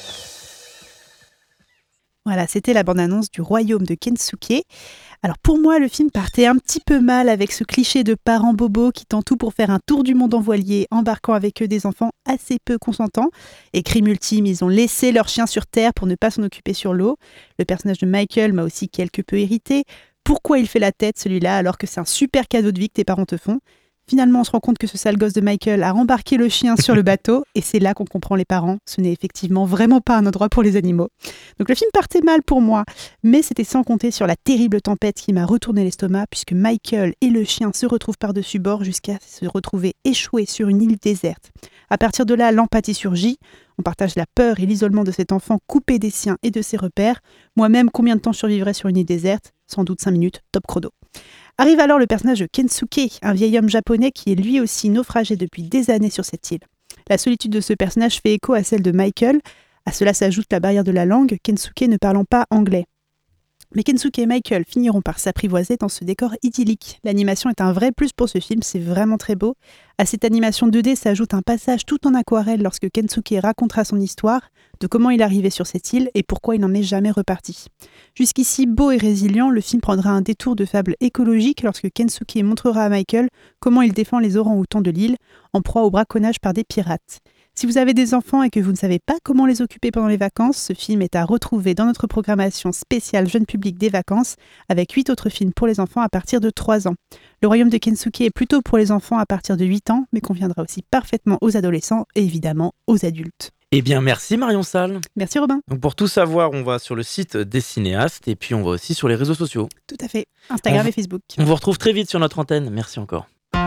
Voilà, c'était la bande-annonce du Royaume de Kensuke. Alors pour moi, le film partait un petit peu mal avec ce cliché de parents bobos qui tentent tout pour faire un tour du monde en voilier, embarquant avec eux des enfants assez peu consentants. Et crime ultime, ils ont laissé leur chien sur terre pour ne pas s'en occuper sur l'eau. Le personnage de Michael m'a aussi quelque peu irrité. Pourquoi il fait la tête, celui-là, alors que c'est un super cadeau de vie que tes parents te font? Finalement, on se rend compte que ce sale gosse de Michael a rembarqué le chien sur le bateau, et c'est là qu'on comprend les parents. Ce n'est effectivement vraiment pas un endroit pour les animaux. Donc le film partait mal pour moi, mais c'était sans compter sur la terrible tempête qui m'a retourné l'estomac, puisque Michael et le chien se retrouvent par-dessus bord jusqu'à se retrouver échoués sur une île déserte. À partir de là, l'empathie surgit. On partage la peur et l'isolement de cet enfant coupé des siens et de ses repères. Moi-même, combien de temps je survivrais sur une île déserte? Sans doute 5 minutes, top chrono. Arrive alors le personnage de Kensuke, un vieil homme japonais qui est lui aussi naufragé depuis des années sur cette île. La solitude de ce personnage fait écho à celle de Michael. À cela s'ajoute la barrière de la langue, Kensuke ne parlant pas anglais. Mais Kensuke et Michael finiront par s'apprivoiser dans ce décor idyllique. L'animation est un vrai plus pour ce film, c'est vraiment très beau. À cette animation 2D s'ajoute un passage tout en aquarelle lorsque Kensuke racontera son histoire, de comment il est arrivé sur cette île et pourquoi il n'en est jamais reparti. Jusqu'ici beau et résilient, le film prendra un détour de fable écologique lorsque Kensuke montrera à Michael comment il défend les orang-outans de l'île, en proie au braconnage par des pirates. Si vous avez des enfants et que vous ne savez pas comment les occuper pendant les vacances, ce film est à retrouver dans notre programmation spéciale jeune public des vacances, avec 8 autres films pour les enfants à partir de 3 ans. Le royaume de Kensuke est plutôt pour les enfants à partir de 8 ans, mais conviendra aussi parfaitement aux adolescents et évidemment aux adultes. Eh bien, merci Marion Salle. Merci Robin. Donc pour tout savoir, on va sur le site des cinéastes et puis on va aussi sur les réseaux sociaux. Tout à fait, Instagram et Facebook. On vous retrouve très vite sur notre antenne. Merci encore.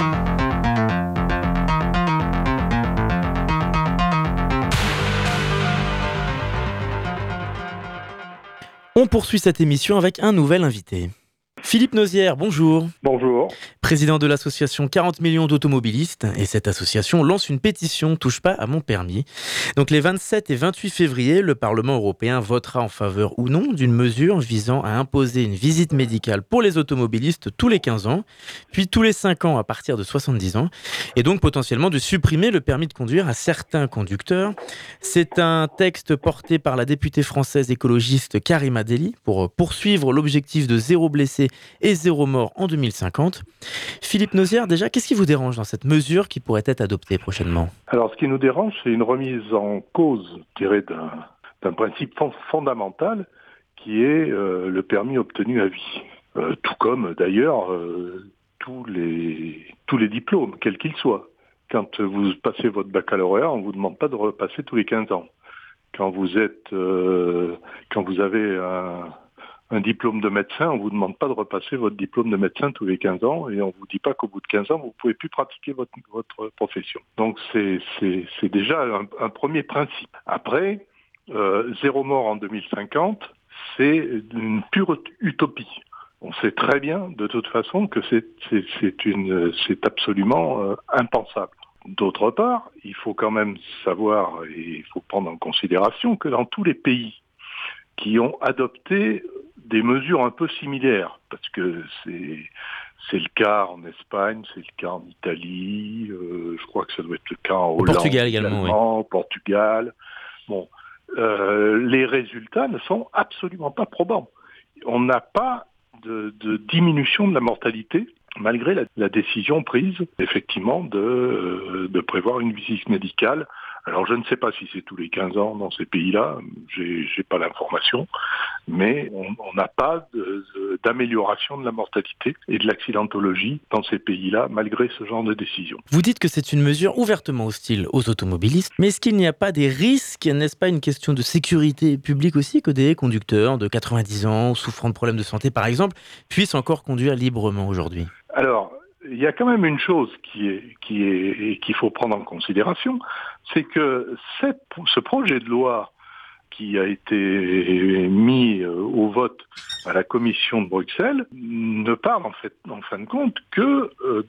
On poursuit cette émission avec un nouvel invité. Philippe Nozière, bonjour. Bonjour. Président de l'association 40 millions d'automobilistes. Et cette association lance une pétition « Touche pas à mon permis ». Donc les 27 et 28 février, le Parlement européen votera en faveur ou non d'une mesure visant à imposer une visite médicale pour les automobilistes tous les 15 ans, puis tous les 5 ans à partir de 70 ans, et donc potentiellement de supprimer le permis de conduire à certains conducteurs. C'est un texte porté par la députée française écologiste Karima Delli pour poursuivre l'objectif de 0 blessé et 0 mort en 2050. Philippe Nozière, déjà, qu'est-ce qui vous dérange dans cette mesure qui pourrait être adoptée prochainement ? Alors, ce qui nous dérange, c'est une remise en cause, je dirais, d'un principe fondamental qui est le permis obtenu à vie. Tout comme, d'ailleurs, tous les diplômes, quels qu'ils soient. Quand vous passez votre baccalauréat, on ne vous demande pas de repasser tous les 15 ans. Quand vous avez un diplôme de médecin, on ne vous demande pas de repasser votre diplôme de médecin tous les 15 ans et on ne vous dit pas qu'au bout de 15 ans, vous ne pouvez plus pratiquer votre profession. Donc c'est déjà un premier principe. Après, 0 mort en 2050, c'est une pure utopie. On sait très bien, de toute façon, que c'est absolument impensable. D'autre part, il faut quand même savoir, et il faut prendre en considération que dans tous les pays qui ont adopté des mesures un peu similaires, parce que c'est le cas en Espagne, c'est le cas en Italie, je crois que ça doit être le cas en Hollande, Portugal également, oui. Portugal. Bon, les résultats ne sont absolument pas probants. On n'a pas de diminution de la mortalité, malgré la décision prise, effectivement, de prévoir une visite médicale. Alors je ne sais pas si c'est tous les 15 ans dans ces pays-là, j'ai pas l'information, mais on n'a pas d'amélioration de la mortalité et de l'accidentologie dans ces pays-là, malgré ce genre de décision. Vous dites que c'est une mesure ouvertement hostile aux automobilistes, mais est-ce qu'il n'y a pas des risques, n'est-ce pas une question de sécurité publique aussi, que des conducteurs de 90 ans, souffrant de problèmes de santé par exemple, puissent encore conduire librement aujourd'hui ? Alors, il y a quand même une chose qu'il faut prendre en considération, c'est que ce projet de loi qui a été mis au vote à la Commission de Bruxelles ne parle en fin de compte que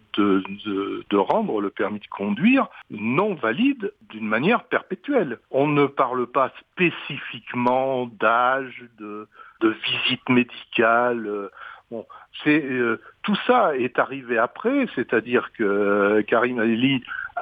de rendre le permis de conduire non valide d'une manière perpétuelle. On ne parle pas spécifiquement d'âge, de visite médicale. Bon, tout ça est arrivé après, c'est-à-dire que Karima Delli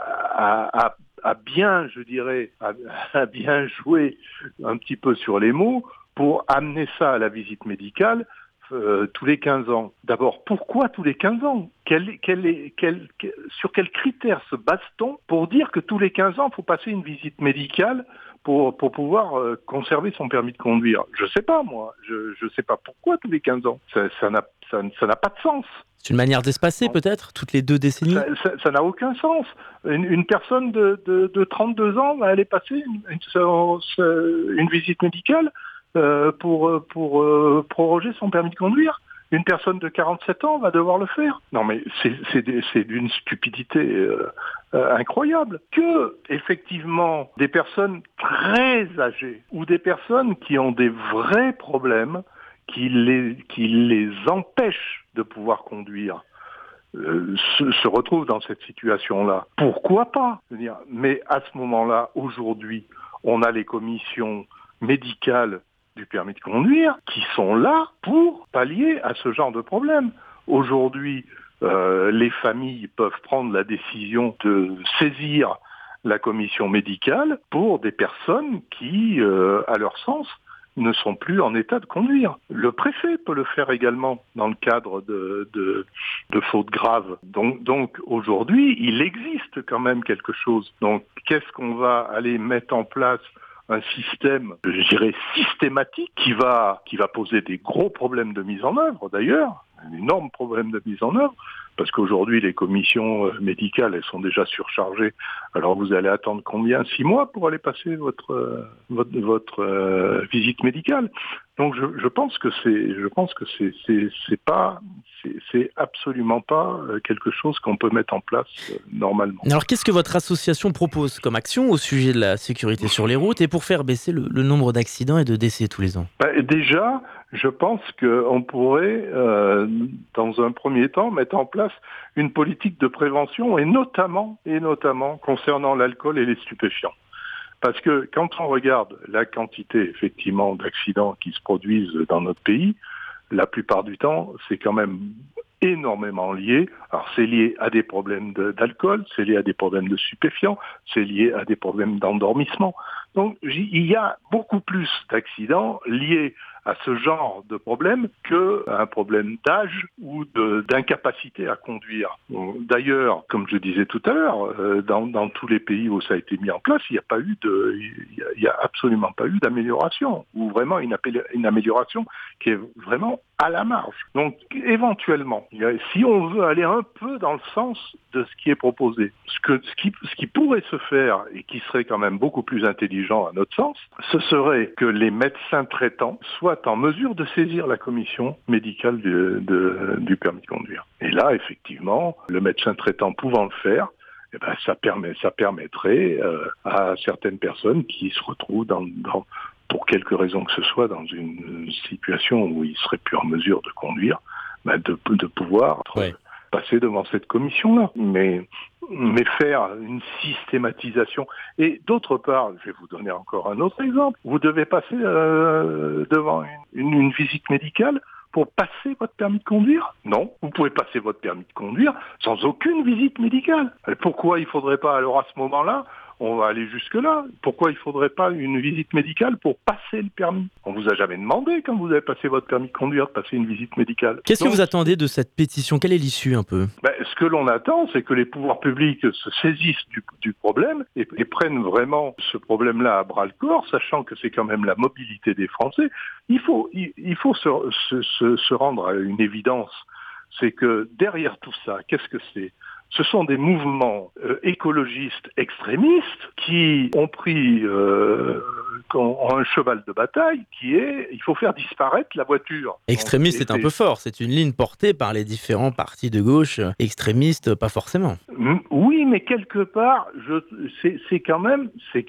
a bien, je dirais, a bien joué un petit peu sur les mots pour amener ça à la visite médicale tous les 15 ans. D'abord, pourquoi tous les 15 ans ? Sur quels critères se base-t-on pour dire que tous les 15 ans, il faut passer une visite médicale pour pouvoir conserver son permis de conduire? Je ne sais pas, moi. Je ne sais pas pourquoi tous les 15 ans. Ça n'a pas de sens. C'est une manière d'espacer peut-être, toutes les 2 décennies ? Ça n'a aucun sens. Une personne de 32 ans va aller passer une visite médicale pour proroger son permis de conduire. Une personne de 47 ans va devoir le faire. Non mais c'est d'une stupidité incroyable. Que, effectivement, des personnes très âgées ou des personnes qui ont des vrais problèmes qui les empêchent de pouvoir conduire se retrouvent dans cette situation-là. Pourquoi pas ? Mais à ce moment-là, aujourd'hui, on a les commissions médicales du permis de conduire qui sont là pour pallier à ce genre de problème. Aujourd'hui, les familles peuvent prendre la décision de saisir la commission médicale pour des personnes qui, à leur sens, ne sont plus en état de conduire. Le préfet peut le faire également dans le cadre de fautes graves. Donc aujourd'hui, il existe quand même quelque chose. Donc qu'est-ce qu'on va aller mettre en place ? Un système, je dirais, systématique qui va poser des gros problèmes de mise en œuvre d'ailleurs, un énorme problème de mise en œuvre, parce qu'aujourd'hui les commissions médicales elles sont déjà surchargées. Alors vous allez attendre combien ? 6 mois pour aller passer votre visite médicale. Donc je pense que c'est absolument pas quelque chose qu'on peut mettre en place normalement. Alors qu'est-ce que votre association propose comme action au sujet de la sécurité sur les routes et pour faire baisser le nombre d'accidents et de décès tous les ans ? Déjà, je pense qu'on pourrait, dans un premier temps, mettre en place une politique de prévention et notamment concernant l'alcool et les stupéfiants. Parce que quand on regarde la quantité effectivement d'accidents qui se produisent dans notre pays, la plupart du temps, c'est quand même énormément lié. Alors c'est lié à des problèmes d'alcool, c'est lié à des problèmes de stupéfiants, c'est lié à des problèmes d'endormissement. Donc il y a beaucoup plus d'accidents liés à ce genre de problème qu'à un problème d'âge ou d'incapacité à conduire. D'ailleurs, comme je disais tout à l'heure, dans tous les pays où ça a été mis en place, il n'y a absolument pas eu d'amélioration, ou vraiment une amélioration qui est vraiment à la marge. Donc éventuellement, si on veut aller un peu dans le sens de ce qui est proposé, ce qui pourrait se faire et qui serait quand même beaucoup plus intelligent à notre sens, ce serait que les médecins traitants soient en mesure de saisir la commission médicale du permis de conduire. Et là, effectivement, le médecin traitant pouvant le faire, ça permettrait à certaines personnes qui se retrouvent pour quelque raison que ce soit, dans une situation où ils seraient plus en mesure de conduire, de pouvoir passer devant cette commission-là. Mais faire une systématisation. Et d'autre part, je vais vous donner encore un autre exemple. Vous devez passer devant une visite médicale pour passer votre permis de conduire ? Non, vous pouvez passer votre permis de conduire sans aucune visite médicale. Et pourquoi il ne faudrait pas, alors à ce moment-là, on va aller jusque-là. Pourquoi il ne faudrait pas une visite médicale pour passer le permis ? On ne vous a jamais demandé, quand vous avez passé votre permis de conduire, de passer une visite médicale. Qu'est-ce que vous attendez de cette pétition ? Quelle est l'issue un peu ? Ce que l'on attend, c'est que les pouvoirs publics se saisissent du problème et prennent vraiment ce problème-là à bras-le-corps, sachant que c'est quand même la mobilité des Français. Il faut se rendre à une évidence, c'est que derrière tout ça, qu'est-ce que c'est ? Ce sont des mouvements écologistes extrémistes qui ont pris un cheval de bataille qui est il faut faire disparaître la voiture. Extrémiste, c'est un peu fort. C'est une ligne portée par les différents partis de gauche. Extrémistes, pas forcément. Oui, mais quelque part, c'est quand même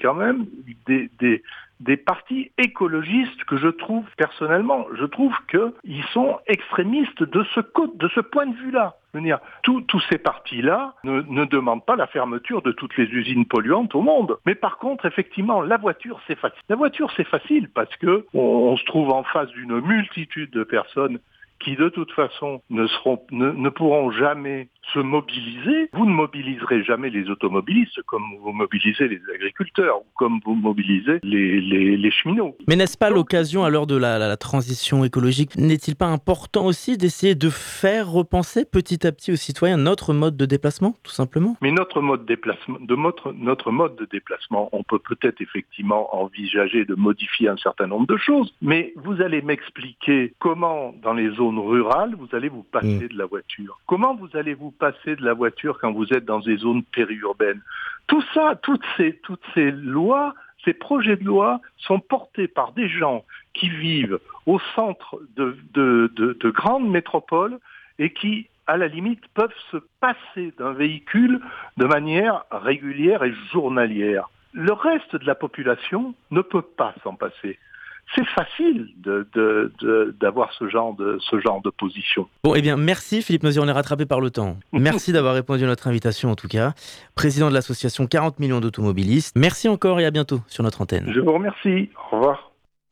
des partis écologistes que je trouve qu'ils sont extrémistes de ce point de vue-là. Je veux dire, tous ces partis-là ne demandent pas la fermeture de toutes les usines polluantes au monde. Mais par contre, effectivement, la voiture, c'est facile. La voiture, c'est facile parce que on se trouve en face d'une multitude de personnes qui de toute façon ne pourront jamais se mobiliser. Vous ne mobiliserez jamais les automobilistes comme vous mobilisez les agriculteurs ou comme vous mobilisez les cheminots. Mais n'est-ce pas l'occasion à l'heure de la transition écologique, n'est-il pas important aussi d'essayer de faire repenser petit à petit aux citoyens notre mode de déplacement, tout simplement ? Mais notre mode de déplacement, on peut peut-être effectivement envisager de modifier un certain nombre de choses, mais vous allez m'expliquer comment dans les zones rurales vous allez vous passer de la voiture. Comment vous allez vous passer de la voiture quand vous êtes dans des zones périurbaines ? Tout ça, toutes ces lois, ces projets de loi sont portés par des gens qui vivent au centre de grandes métropoles et qui, à la limite, peuvent se passer d'un véhicule de manière régulière et journalière. Le reste de la population ne peut pas s'en passer. C'est facile d'avoir ce genre de position. Bon, eh bien, merci Philippe Nozier, on est rattrapé par le temps. Merci d'avoir répondu à notre invitation en tout cas. Président de l'association 40 millions d'automobilistes. Merci encore et à bientôt sur notre antenne. Je vous remercie. Au revoir.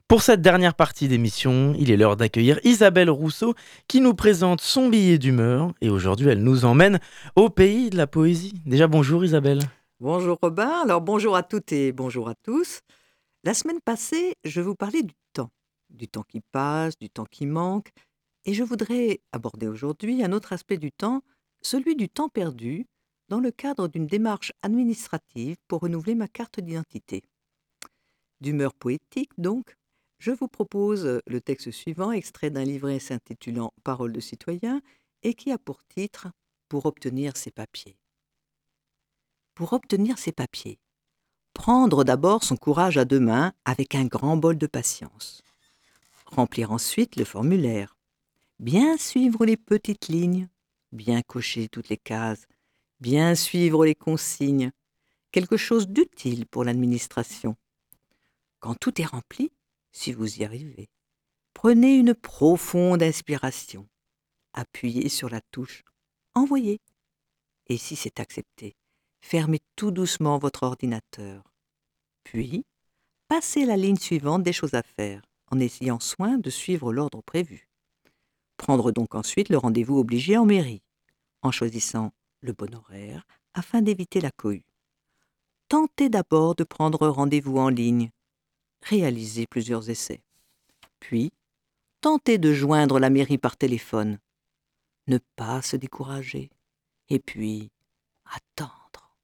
Pour cette dernière partie d'émission, il est l'heure d'accueillir Isabelle Rousseau qui nous présente son billet d'humeur et aujourd'hui elle nous emmène au pays de la poésie. Déjà bonjour Isabelle. Bonjour Robin, alors bonjour à toutes et bonjour à tous. La semaine passée, je vous parlais du temps qui passe, du temps qui manque et je voudrais aborder aujourd'hui un autre aspect du temps, celui du temps perdu dans le cadre d'une démarche administrative pour renouveler ma carte d'identité. D'humeur poétique donc, je vous propose le texte suivant, extrait d'un livret s'intitulant « Paroles de citoyen » et qui a pour titre « Pour obtenir ses papiers ». Pour obtenir ses papiers, prendre d'abord son courage à deux mains avec un grand bol de patience. Remplir ensuite le formulaire. Bien suivre les petites lignes, bien cocher toutes les cases, bien suivre les consignes. Quelque chose d'utile pour l'administration. Quand tout est rempli, si vous y arrivez, prenez une profonde inspiration. Appuyez sur la touche « Envoyer ». Et si c'est accepté, fermez tout doucement votre ordinateur. Puis, passez la ligne suivante des choses à faire, en ayant soin de suivre l'ordre prévu. Prendre donc ensuite le rendez-vous obligé en mairie, en choisissant le bon horaire afin d'éviter la cohue. Tentez d'abord de prendre rendez-vous en ligne. Réalisez plusieurs essais. Puis, tentez de joindre la mairie par téléphone. Ne pas se décourager. Et puis, attendre.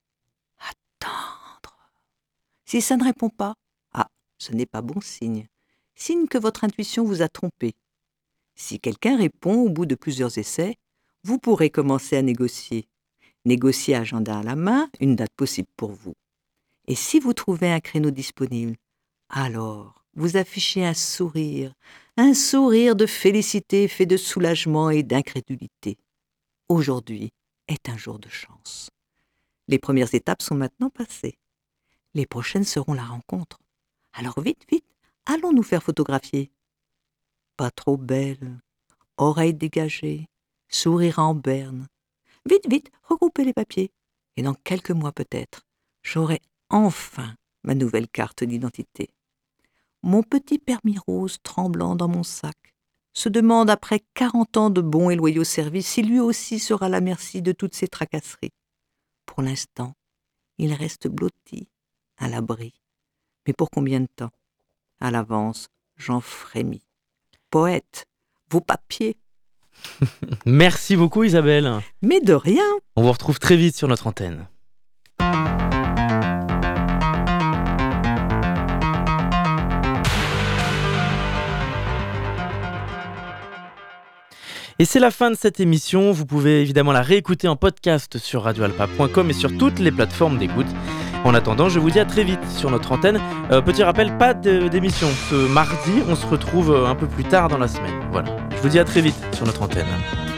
Si ça ne répond pas, ce n'est pas bon signe. Signe que votre intuition vous a trompé. Si quelqu'un répond au bout de plusieurs essais, vous pourrez commencer à négocier. Négocier agenda à la main, une date possible pour vous. Et si vous trouvez un créneau disponible, alors vous affichez un sourire de félicité fait de soulagement et d'incrédulité. Aujourd'hui est un jour de chance. Les premières étapes sont maintenant passées. Les prochaines seront la rencontre. Alors vite, allons nous faire photographier. Pas trop belle, oreilles dégagées, sourire en berne. Vite, regroupez les papiers. Et dans quelques mois peut-être, j'aurai enfin ma nouvelle carte d'identité. Mon petit permis rose tremblant dans mon sac se demande après 40 ans de bons et loyaux services si lui aussi sera à la merci de toutes ces tracasseries. Pour l'instant, il reste blotti, à l'abri. Mais pour combien de temps ? À l'avance, j'en frémis. Poète, vos papiers. Merci beaucoup Isabelle. Mais de rien. On vous retrouve très vite sur notre antenne. Et c'est la fin de cette émission. Vous pouvez évidemment la réécouter en podcast sur radioalpa.com et sur toutes les plateformes d'écoute. En attendant, je vous dis à très vite sur notre antenne. Petit rappel, pas d'émission. Ce mardi, on se retrouve un peu plus tard dans la semaine. Voilà. Je vous dis à très vite sur notre antenne.